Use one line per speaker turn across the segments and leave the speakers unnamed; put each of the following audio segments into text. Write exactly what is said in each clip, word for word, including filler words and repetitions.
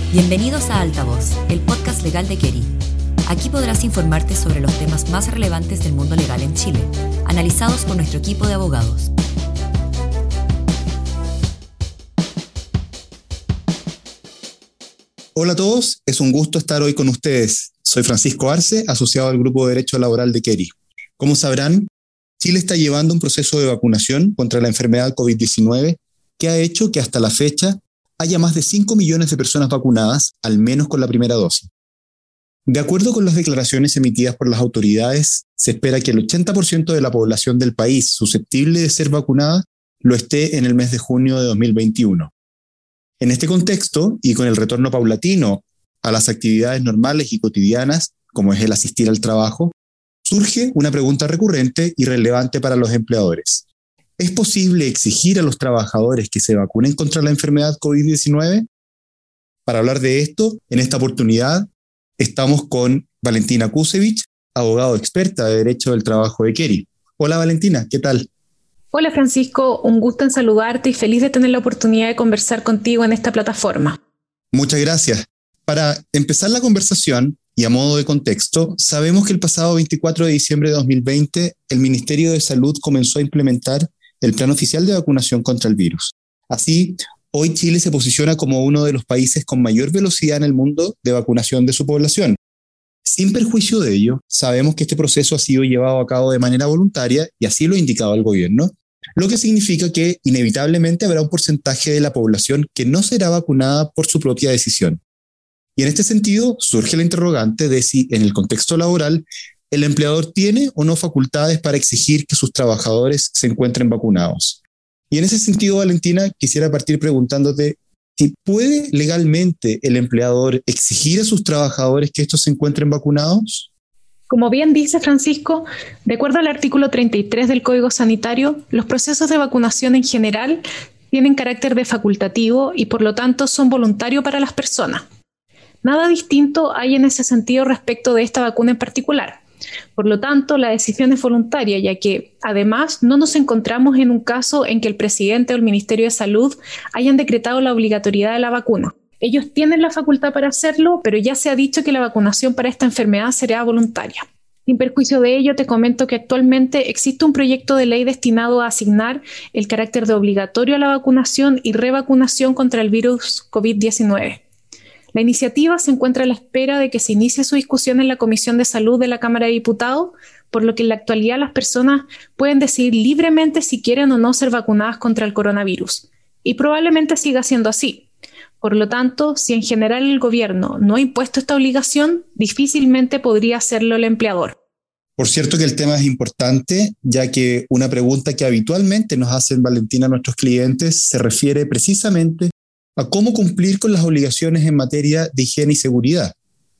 Bienvenidos a Altavoz, el podcast legal de Keri. Aquí podrás informarte sobre los temas más relevantes del mundo legal en Chile, analizados por nuestro equipo de abogados.
Hola a todos, es un gusto estar hoy con ustedes. Soy Francisco Arce, asociado al Grupo de Derecho Laboral de Keri. Como sabrán, Chile está llevando un proceso de vacunación contra la enfermedad covid diecinueve que ha hecho que hasta la fecha haya más de cinco millones de personas vacunadas, al menos con la primera dosis. De acuerdo con las declaraciones emitidas por las autoridades, se espera que el ochenta por ciento de la población del país susceptible de ser vacunada lo esté en el mes de junio de dos mil veintiuno. En este contexto, y con el retorno paulatino a las actividades normales y cotidianas, como es el asistir al trabajo, surge una pregunta recurrente y relevante para los empleadores. ¿Es posible exigir a los trabajadores que se vacunen contra la enfermedad covid diecinueve? Para hablar de esto, en esta oportunidad, estamos con Valentina Kusevich, abogado experta de Derecho del Trabajo de Keri. Hola Valentina, ¿qué tal?
Hola Francisco, un gusto en saludarte y feliz de tener la oportunidad de conversar contigo en esta plataforma.
Muchas gracias. Para empezar la conversación y a modo de contexto, sabemos que el pasado veinticuatro de diciembre de dos mil veinte el Ministerio de Salud comenzó a implementar el Plan Oficial de Vacunación contra el virus. Así, hoy Chile se posiciona como uno de los países con mayor velocidad en el mundo de vacunación de su población. Sin perjuicio de ello, sabemos que este proceso ha sido llevado a cabo de manera voluntaria y así lo ha indicado el gobierno, lo que significa que inevitablemente habrá un porcentaje de la población que no será vacunada por su propia decisión. Y en este sentido surge la interrogante de si en el contexto laboral el empleador tiene o no facultades para exigir que sus trabajadores se encuentren vacunados. Y en ese sentido, Valentina, quisiera partir preguntándote si puede legalmente el empleador exigir a sus trabajadores que estos se encuentren vacunados.
Como bien dice Francisco, de acuerdo al artículo treinta y tres del Código Sanitario, los procesos de vacunación en general tienen carácter de facultativo y por lo tanto son voluntarios para las personas. Nada distinto hay en ese sentido respecto de esta vacuna en particular. Por lo tanto, la decisión es voluntaria, ya que, además, no nos encontramos en un caso en que el presidente o el Ministerio de Salud hayan decretado la obligatoriedad de la vacuna. Ellos tienen la facultad para hacerlo, pero ya se ha dicho que la vacunación para esta enfermedad será voluntaria. Sin perjuicio de ello, te comento que actualmente existe un proyecto de ley destinado a asignar el carácter de obligatorio a la vacunación y revacunación contra el virus covid diecinueve. La iniciativa se encuentra a la espera de que se inicie su discusión en la Comisión de Salud de la Cámara de Diputados, por lo que en la actualidad las personas pueden decidir libremente si quieren o no ser vacunadas contra el coronavirus. Y probablemente siga siendo así. Por lo tanto, si en general el gobierno no ha impuesto esta obligación, difícilmente podría hacerlo el empleador.
Por cierto que el tema es importante, ya que una pregunta que habitualmente nos hacen, Valentina, nuestros clientes, se refiere precisamente a cómo cumplir con las obligaciones en materia de higiene y seguridad.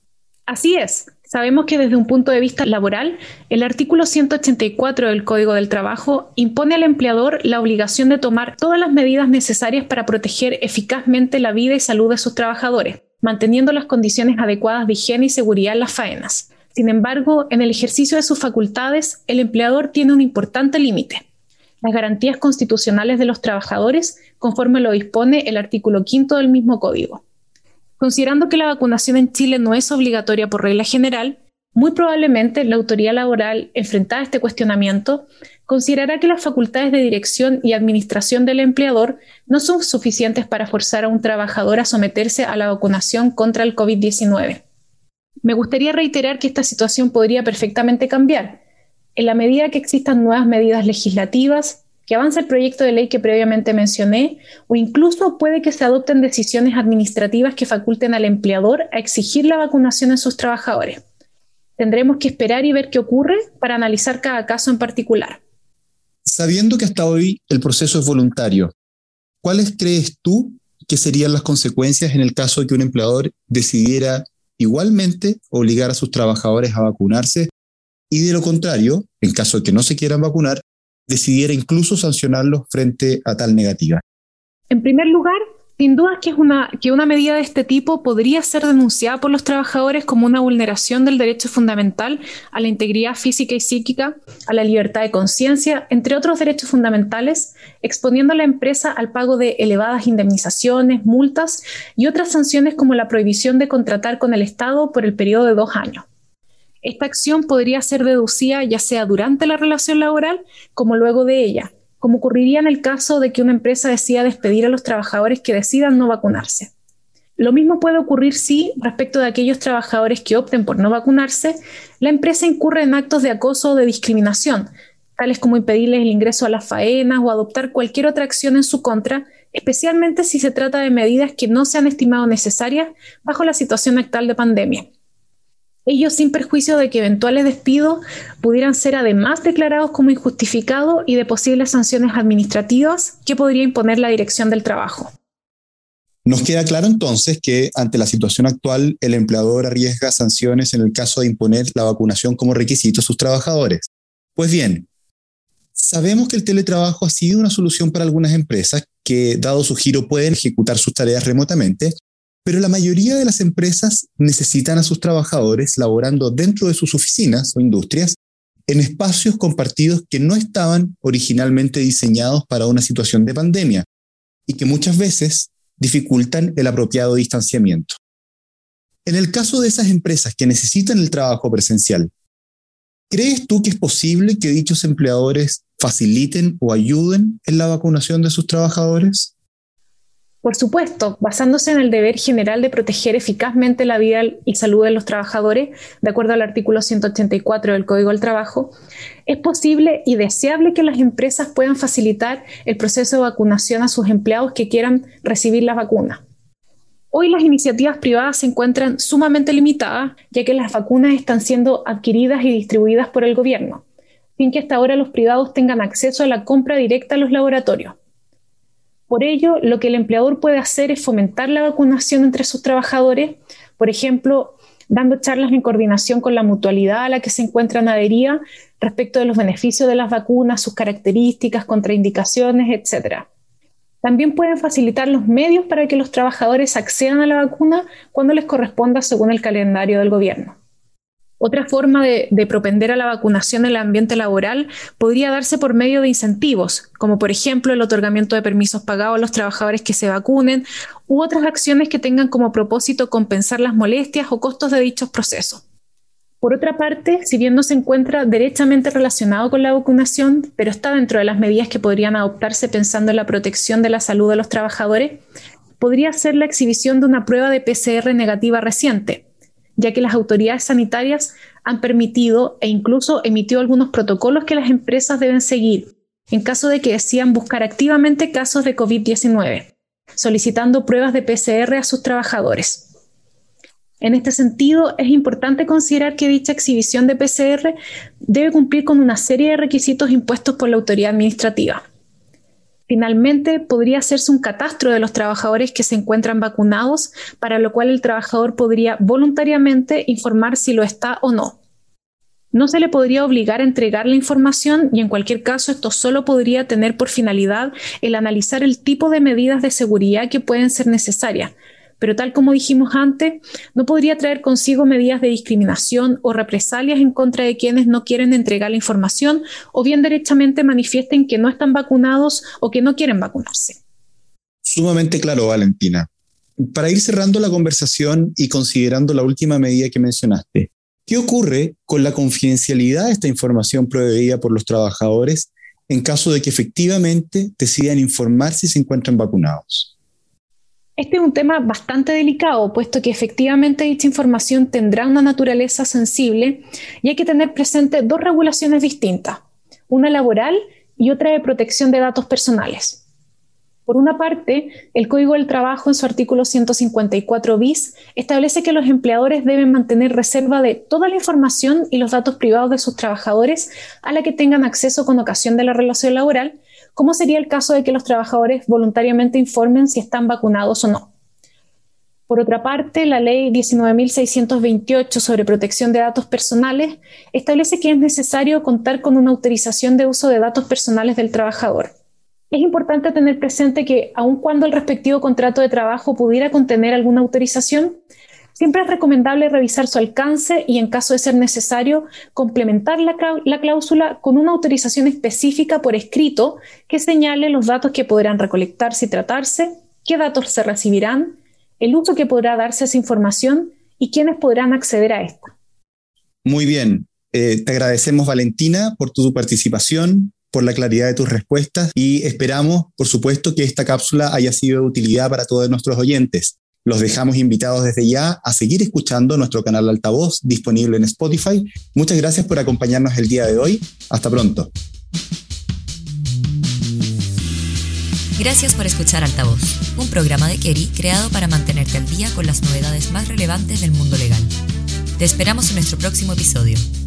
Así es. Sabemos que desde un punto de vista laboral, el artículo ciento ochenta y cuatro del Código del Trabajo impone al empleador la obligación de tomar todas las medidas necesarias para proteger eficazmente la vida y salud de sus trabajadores, manteniendo las condiciones adecuadas de higiene y seguridad en las faenas. Sin embargo, en el ejercicio de sus facultades, el empleador tiene un importante límite: las garantías constitucionales de los trabajadores, conforme lo dispone el artículo quinto del mismo código. Considerando que la vacunación en Chile no es obligatoria por regla general, muy probablemente la autoridad laboral, enfrentada a este cuestionamiento, considerará que las facultades de dirección y administración del empleador no son suficientes para forzar a un trabajador a someterse a la vacunación contra el covid diecinueve. Me gustaría reiterar que esta situación podría perfectamente cambiar, en la medida que existan nuevas medidas legislativas, que avance el proyecto de ley que previamente mencioné, o incluso puede que se adopten decisiones administrativas que faculten al empleador a exigir la vacunación en sus trabajadores. Tendremos que esperar y ver qué ocurre para analizar cada caso en particular.
Sabiendo que hasta hoy el proceso es voluntario, ¿cuáles crees tú que serían las consecuencias en el caso de que un empleador decidiera igualmente obligar a sus trabajadores a vacunarse y, de lo contrario, en caso de que no se quieran vacunar, decidiera incluso sancionarlos frente a tal negativa?
En primer lugar, Sin duda que, es una, que una medida de este tipo podría ser denunciada por los trabajadores como una vulneración del derecho fundamental a la integridad física y psíquica, a la libertad de conciencia, entre otros derechos fundamentales, exponiendo a la empresa al pago de elevadas indemnizaciones, multas y otras sanciones como la prohibición de contratar con el Estado por el periodo de dos años. Esta acción podría ser deducida ya sea durante la relación laboral como luego de ella, como ocurriría en el caso de que una empresa decida despedir a los trabajadores que decidan no vacunarse. Lo mismo puede ocurrir si, respecto de aquellos trabajadores que opten por no vacunarse, la empresa incurre en actos de acoso o de discriminación, tales como impedirles el ingreso a las faenas o adoptar cualquier otra acción en su contra, especialmente si se trata de medidas que no se han estimado necesarias bajo la situación actual de pandemia. Ello sin perjuicio de que eventuales despidos pudieran ser además declarados como injustificados y de posibles sanciones administrativas que podría imponer la Dirección del Trabajo.
Nos queda claro entonces que ante la situación actual el empleador arriesga sanciones en el caso de imponer la vacunación como requisito a sus trabajadores. Pues bien, sabemos que el teletrabajo ha sido una solución para algunas empresas que, dado su giro, pueden ejecutar sus tareas remotamente, pero la mayoría de las empresas necesitan a sus trabajadores laborando dentro de sus oficinas o industrias en espacios compartidos que no estaban originalmente diseñados para una situación de pandemia y que muchas veces dificultan el apropiado distanciamiento. En el caso de esas empresas que necesitan el trabajo presencial, ¿crees tú que es posible que dichos empleadores faciliten o ayuden en la vacunación de sus trabajadores?
Por supuesto, basándose en el deber general de proteger eficazmente la vida y salud de los trabajadores, de acuerdo al artículo ciento ochenta y cuatro del Código del Trabajo, es posible y deseable que las empresas puedan facilitar el proceso de vacunación a sus empleados que quieran recibir la vacuna. Hoy las iniciativas privadas se encuentran sumamente limitadas, ya que las vacunas están siendo adquiridas y distribuidas por el gobierno, sin que hasta ahora los privados tengan acceso a la compra directa a los laboratorios. Por ello, lo que el empleador puede hacer es fomentar la vacunación entre sus trabajadores, por ejemplo, dando charlas en coordinación con la mutualidad a la que se encuentran adheridas respecto de los beneficios de las vacunas, sus características, contraindicaciones, etcétera. También pueden facilitar los medios para que los trabajadores accedan a la vacuna cuando les corresponda según el calendario del gobierno. Otra forma de, de propender a la vacunación en el ambiente laboral podría darse por medio de incentivos, como por ejemplo el otorgamiento de permisos pagados a los trabajadores que se vacunen u otras acciones que tengan como propósito compensar las molestias o costos de dichos procesos. Por otra parte, si bien no se encuentra derechamente relacionado con la vacunación, pero está dentro de las medidas que podrían adoptarse pensando en la protección de la salud de los trabajadores, podría ser la exhibición de una prueba de P C R negativa reciente, ya que las autoridades sanitarias han permitido e incluso emitido algunos protocolos que las empresas deben seguir en caso de que decidan buscar activamente casos de COVID diecinueve, solicitando pruebas de P C R a sus trabajadores. En este sentido, es importante considerar que dicha exhibición de P C R debe cumplir con una serie de requisitos impuestos por la autoridad administrativa. Finalmente, podría hacerse un catastro de los trabajadores que se encuentran vacunados, para lo cual el trabajador podría voluntariamente informar si lo está o no. No se le podría obligar a entregar la información y en cualquier caso esto solo podría tener por finalidad el analizar el tipo de medidas de seguridad que pueden ser necesarias, pero tal como dijimos antes, no podría traer consigo medidas de discriminación o represalias en contra de quienes no quieren entregar la información o bien derechamente manifiesten que no están vacunados o que no quieren vacunarse.
Sumamente claro, Valentina. Para ir cerrando la conversación y considerando la última medida que mencionaste, ¿qué ocurre con la confidencialidad de esta información proveída por los trabajadores en caso de que efectivamente decidan informar si se encuentran vacunados?
Este es un tema bastante delicado, puesto que efectivamente dicha información tendrá una naturaleza sensible y hay que tener presente dos regulaciones distintas, una laboral y otra de protección de datos personales. Por una parte, el Código del Trabajo en su artículo ciento cincuenta y cuatro bis establece que los empleadores deben mantener reserva de toda la información y los datos privados de sus trabajadores a la que tengan acceso con ocasión de la relación laboral, como sería el caso de que los trabajadores voluntariamente informen si están vacunados o no. Por otra parte, la Ley diecinueve mil seiscientos veintiocho sobre protección de datos personales establece que es necesario contar con una autorización de uso de datos personales del trabajador. Es importante tener presente que, aun cuando el respectivo contrato de trabajo pudiera contener alguna autorización, siempre es recomendable revisar su alcance y, en caso de ser necesario, complementar la, la cláusula con una autorización específica por escrito que señale los datos que podrán recolectarse y tratarse, qué datos se recibirán, el uso que podrá darse a esa información y quiénes podrán acceder a esta.
Muy bien. Eh, te agradecemos, Valentina, por tu participación, por la claridad de tus respuestas y esperamos, por supuesto, que esta cápsula haya sido de utilidad para todos nuestros oyentes. Los dejamos invitados desde ya a seguir escuchando nuestro canal Altavoz disponible en Spotify. Muchas gracias por acompañarnos el día de hoy. Hasta pronto.
Gracias por escuchar Altavoz, un programa de Keri creado para mantenerte al día con las novedades más relevantes del mundo legal. Te esperamos en nuestro próximo episodio.